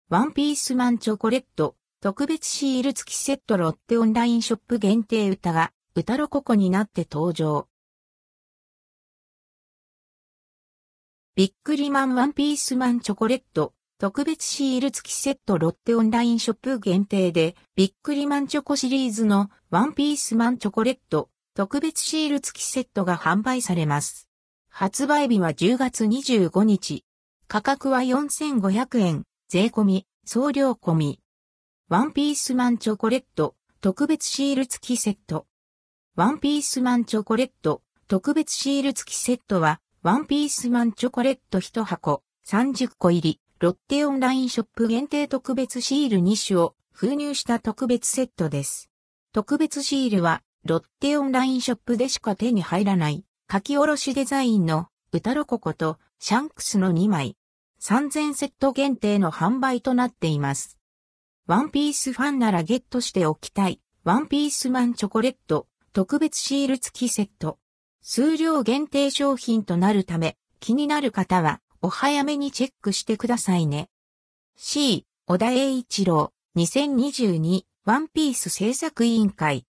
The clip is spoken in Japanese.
ワンピースマンチョコレート、特別シール付きセットロッテオンラインショップ限定歌が、歌ロココになって登場。ビックリマンワンピースマンチョコレート、特別シール付きセットロッテオンラインショップ限定で、ビックリマンチョコシリーズのワンピースマンチョコレート、特別シール付きセットが販売されます。発売日は10月25日。価格は4500円。税込み、送料込み。ワンピースマンチョコレート、特別シール付きセット。ワンピースマンチョコレート、特別シール付きセットは、ワンピースマンチョコレート1箱、30個入り、ロッテオンラインショップ限定特別シール2種を封入した特別セットです。特別シールは、ロッテオンラインショップでしか手に入らない、書き下ろしデザインの、歌ロココと、シャンクスの2枚。3000セット限定の販売となっています。ワンピースファンならゲットしておきたい。ワンピースマンチョコレート特別シール付きセット。数量限定商品となるため気になる方はお早めにチェックしてくださいね。C、小田栄一郎2022ワンピース制作委員会。